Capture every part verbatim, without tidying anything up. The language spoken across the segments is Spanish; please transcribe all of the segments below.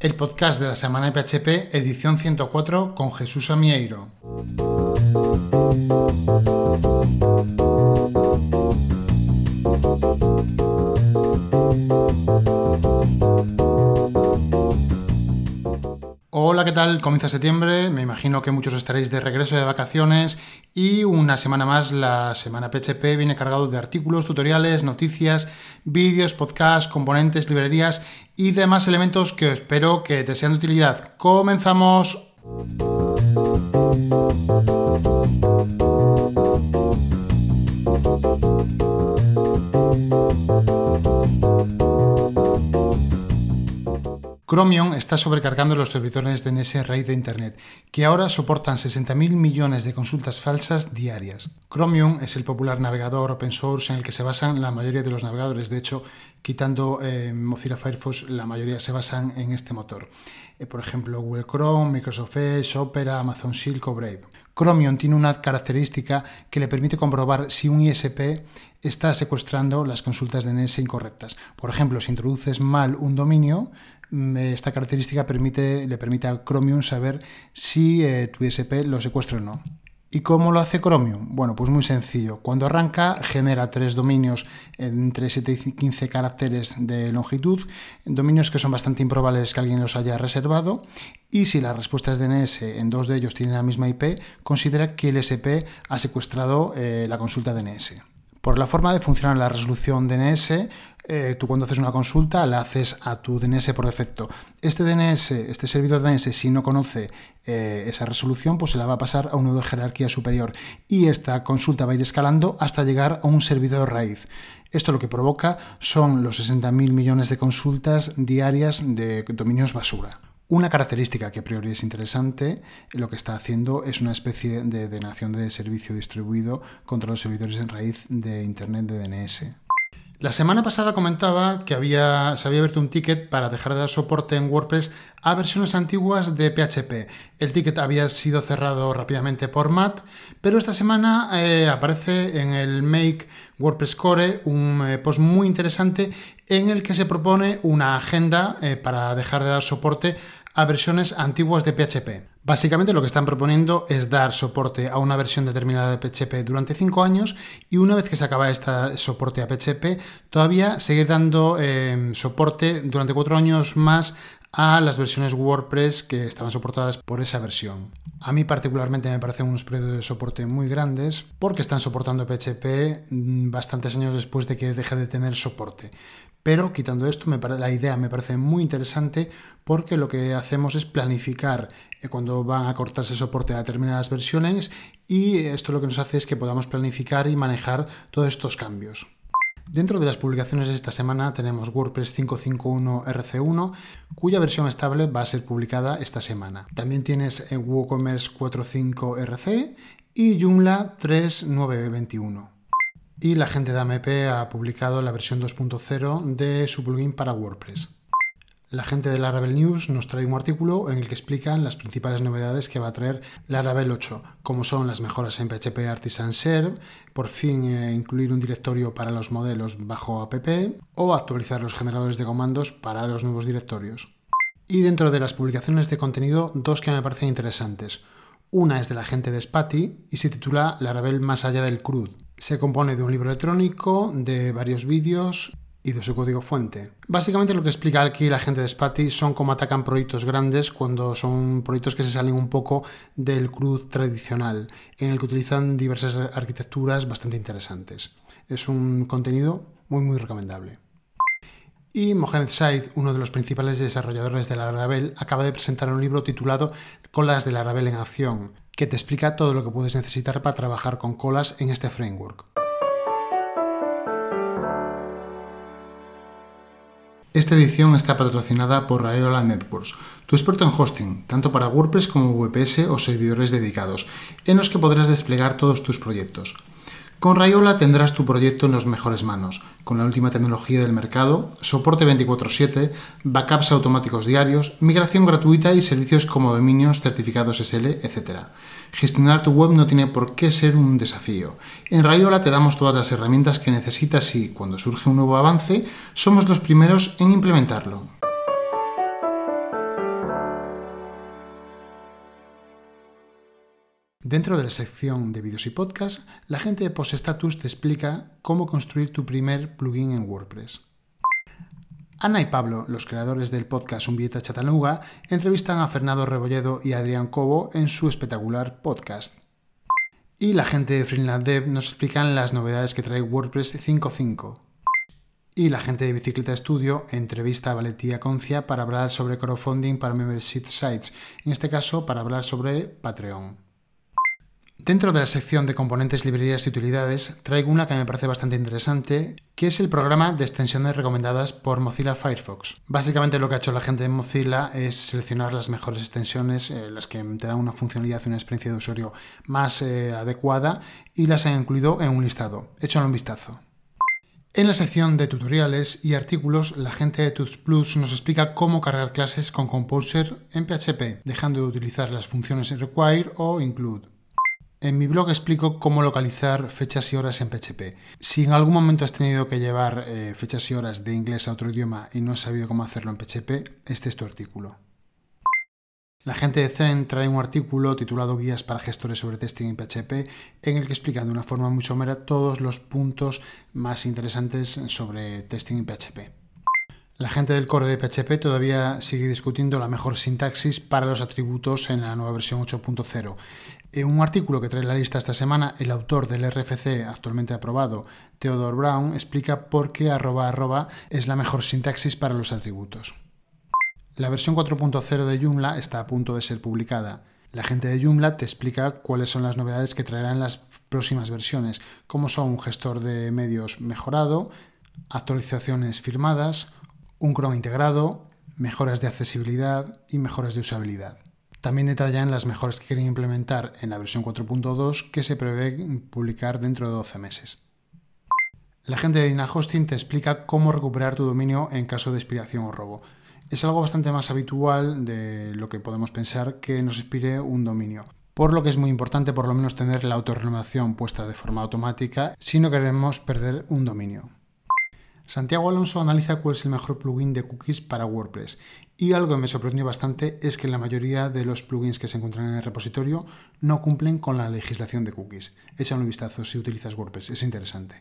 el podcast de la semana de P H P, edición ciento cuatro, con Jesús Amieiro. Hola, ¿qué tal? Comienza septiembre, me imagino que muchos estaréis de regreso de vacaciones y una semana más la semana P H P viene cargado de artículos, tutoriales, noticias, vídeos, podcasts, componentes, librerías y demás elementos que espero que te sean de utilidad. ¡Comenzamos! Chromium está sobrecargando los servidores de D N S a raíz de Internet, que ahora soportan sesenta mil millones de consultas falsas diarias. Chromium es el popular navegador open source en el que se basan la mayoría de los navegadores. De hecho, quitando eh, Mozilla Firefox, la mayoría se basan en este motor. Eh, por ejemplo, Google Chrome, Microsoft Edge, Opera, Amazon Silk o Brave. Chromium tiene una característica que le permite comprobar si un I S P está secuestrando las consultas de D N S incorrectas. Por ejemplo, si introduces mal un dominio, esta característica permite, le permite a Chromium saber si eh, tu I S P lo secuestra o no. ¿Y cómo lo hace Chromium? Bueno, pues muy sencillo. Cuando arranca, genera tres dominios entre siete y quince caracteres de longitud, dominios que son bastante improbables que alguien los haya reservado, y si las respuestas de D N S en dos de ellos tienen la misma I P, considera que el I S P ha secuestrado eh, la consulta D N S. Por la forma de funcionar la resolución D N S, eh, tú cuando haces una consulta la haces a tu D N S por defecto. Este D N S, este servidor D N S, si no conoce eh, esa resolución, pues se la va a pasar a un nodo de jerarquía superior y esta consulta va a ir escalando hasta llegar a un servidor raíz. Esto lo que provoca son los sesenta mil millones de consultas diarias de dominios basura. Una característica que a priori es interesante, lo que está haciendo es una especie de denegación de servicio distribuido contra los servidores en raíz de Internet de D N S. La semana pasada comentaba que había, se había abierto un ticket para dejar de dar soporte en WordPress a versiones antiguas de P H P. El ticket había sido cerrado rápidamente por Matt, pero esta semana eh, aparece en el Make WordPress Core un eh, post muy interesante en el que se propone una agenda eh, para dejar de dar soporte a versiones antiguas de P H P. Básicamente lo que están proponiendo es dar soporte a una versión determinada de P H P durante cinco años y una vez que se acaba este soporte a P H P, todavía seguir dando eh, soporte durante cuatro años más a las versiones WordPress que estaban soportadas por esa versión. A mí particularmente me parecen unos periodos de soporte muy grandes porque están soportando P H P bastantes años después de que deje de tener soporte. Pero quitando esto, me pare, la idea me parece muy interesante porque lo que hacemos es planificar eh, cuando van a cortarse soporte a determinadas versiones y esto lo que nos hace es que podamos planificar y manejar todos estos cambios. Dentro de las publicaciones de esta semana tenemos WordPress cinco punto cinco punto uno R C uno, cuya versión estable va a ser publicada esta semana. También tienes WooCommerce cuatro punto cinco R C y Joomla tres punto nueve punto veintiuno. Y la gente de A M P ha publicado la versión dos punto cero de su plugin para WordPress. La gente de Laravel News nos trae un artículo en el que explican las principales novedades que va a traer Laravel ocho, como son las mejoras en P H P Artisan Serve, por fin eh, incluir un directorio para los modelos bajo app o actualizar los generadores de comandos para los nuevos directorios. Y dentro de las publicaciones de contenido, dos que me parecen interesantes. Una es de la gente de Spatie y se titula Laravel más allá del C R U D. Se compone de un libro electrónico, de varios vídeos y de su código fuente. Básicamente lo que explica aquí la gente de Spatie son cómo atacan proyectos grandes cuando son proyectos que se salen un poco del C R U D tradicional, en el que utilizan diversas arquitecturas bastante interesantes. Es un contenido muy muy recomendable. Y Mohamed Said, uno de los principales desarrolladores de Laravel, acaba de presentar un libro titulado Colas de Laravel en acción, que te explica todo lo que puedes necesitar para trabajar con colas en este framework. Esta edición está patrocinada por Rayola Networks, tu experto en hosting, tanto para WordPress como V P S o servidores dedicados, en los que podrás desplegar todos tus proyectos. Con Rayola tendrás tu proyecto en las mejores manos, con la última tecnología del mercado, soporte veinticuatro siete, backups automáticos diarios, migración gratuita y servicios como dominios, certificados S L, etcétera. Gestionar tu web no tiene por qué ser un desafío. En Rayola te damos todas las herramientas que necesitas y, cuando surge un nuevo avance, somos los primeros en implementarlo. Dentro de la sección de vídeos y podcasts, la gente de PostStatus te explica cómo construir tu primer plugin en WordPress. Ana y Pablo, los creadores del podcast Un Billete a Chattanooga, entrevistan a Fernando Rebolledo y a Adrián Cobo en su espectacular podcast. Y la gente de Freelance Dev nos explican las novedades que trae WordPress cinco punto cinco. Y la gente de Bicicleta Studio entrevista a Valentía Concia para hablar sobre crowdfunding para membership sites, en este caso para hablar sobre Patreon. Dentro de la sección de componentes, librerías y utilidades, traigo una que me parece bastante interesante, que es el programa de extensiones recomendadas por Mozilla Firefox. Básicamente lo que ha hecho la gente de Mozilla es seleccionar las mejores extensiones, eh, las que te dan una funcionalidad y una experiencia de usuario más eh, adecuada, y las han incluido en un listado. Échale un vistazo. En la sección de tutoriales y artículos, la gente de Tuts Plus nos explica cómo cargar clases con Composer en P H P, dejando de utilizar las funciones require o include. En mi blog explico cómo localizar fechas y horas en P H P. Si en algún momento has tenido que llevar eh, fechas y horas de inglés a otro idioma y no has sabido cómo hacerlo en P H P, este es tu artículo. La gente de Zen trae un artículo titulado Guías para gestores sobre testing en P H P, en el que explican de una forma muy somera todos los puntos más interesantes sobre testing en P H P. La gente del core de P H P todavía sigue discutiendo la mejor sintaxis para los atributos en la nueva versión ocho punto cero. En un artículo que trae la lista esta semana, el autor del R F C actualmente aprobado, Theodore Brown, explica por qué arroba arroba es la mejor sintaxis para los atributos. La versión cuatro punto cero de Joomla está a punto de ser publicada. La gente de Joomla te explica cuáles son las novedades que traerán las próximas versiones, como son un gestor de medios mejorado, actualizaciones firmadas, un cron integrado, mejoras de accesibilidad y mejoras de usabilidad. También detallan las mejoras que quieren implementar en la versión cuatro punto dos que se prevé publicar dentro de doce meses. La gente de DynaHosting te explica cómo recuperar tu dominio en caso de expiración o robo. Es algo bastante más habitual de lo que podemos pensar que nos expire un dominio, por lo que es muy importante por lo menos tener la autorrenovación puesta de forma automática si no queremos perder un dominio. Santiago Alonso analiza cuál es el mejor plugin de cookies para WordPress, y algo que me sorprendió bastante es que la mayoría de los plugins que se encuentran en el repositorio no cumplen con la legislación de cookies. Échale un vistazo si utilizas WordPress, es interesante.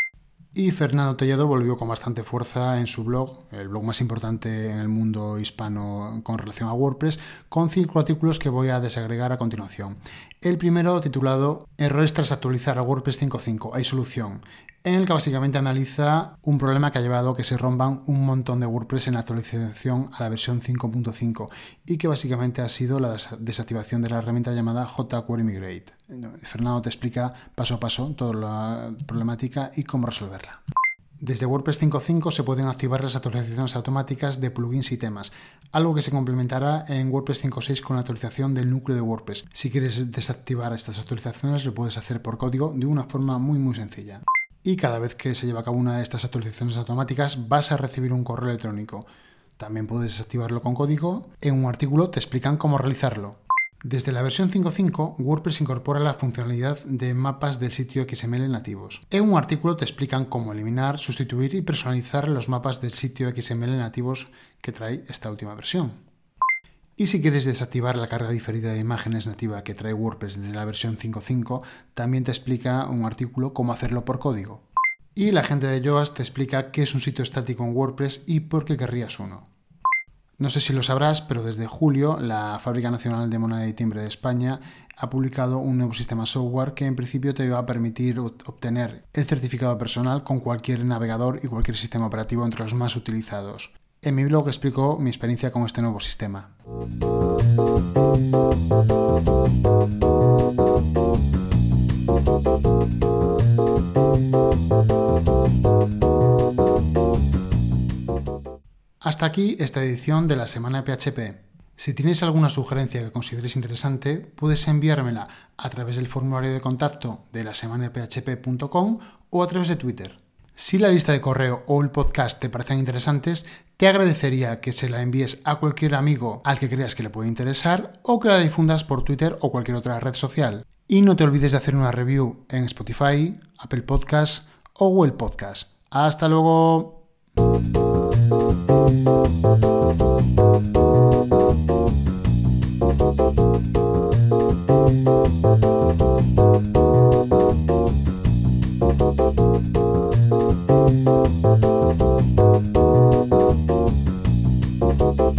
Y Fernando Tellado volvió con bastante fuerza en su blog, el blog más importante en el mundo hispano con relación a WordPress, con cinco artículos que voy a desagregar a continuación. El primero, titulado Errores tras actualizar a WordPress cinco punto cinco, ¿hay solución?, en el que básicamente analiza un problema que ha llevado a que se rompan un montón de WordPress en la actualización a la versión cinco punto cinco y que básicamente ha sido la desactivación de la herramienta llamada jQuery Migrate. Fernando te explica paso a paso toda la problemática y cómo resolverla. Desde WordPress cinco punto cinco se pueden activar las actualizaciones automáticas de plugins y temas, algo que se complementará en WordPress cinco punto seis con la actualización del núcleo de WordPress. Si quieres desactivar estas actualizaciones lo puedes hacer por código de una forma muy muy sencilla. Y cada vez que se lleva a cabo una de estas actualizaciones automáticas vas a recibir un correo electrónico. También puedes desactivarlo con código. En un artículo te explican cómo realizarlo. Desde la versión cinco punto cinco, WordPress incorpora la funcionalidad de mapas del sitio X M L nativos. En un artículo te explican cómo eliminar, sustituir y personalizar los mapas del sitio X M L nativos que trae esta última versión. Y si quieres desactivar la carga diferida de imágenes nativa que trae WordPress desde la versión cinco punto cinco, también te explica un artículo cómo hacerlo por código. Y la gente de Yoast te explica qué es un sitio estático en WordPress y por qué querrías uno. No sé si lo sabrás, pero desde julio la Fábrica Nacional de Moneda y Timbre de España ha publicado un nuevo sistema software que en principio te va a permitir obtener el certificado personal con cualquier navegador y cualquier sistema operativo entre los más utilizados. En mi blog explico mi experiencia con este nuevo sistema. Hasta aquí esta edición de la Semana de P H P. Si tienes alguna sugerencia que consideres interesante, puedes enviármela a través del formulario de contacto de la semana de p h p punto com o a través de Twitter. Si la lista de correo o el podcast te parecen interesantes, te agradecería que se la envíes a cualquier amigo al que creas que le puede interesar o que la difundas por Twitter o cualquier otra red social. Y no te olvides de hacer una review en Spotify, Apple Podcasts o Google Podcasts. ¡Hasta luego! Thank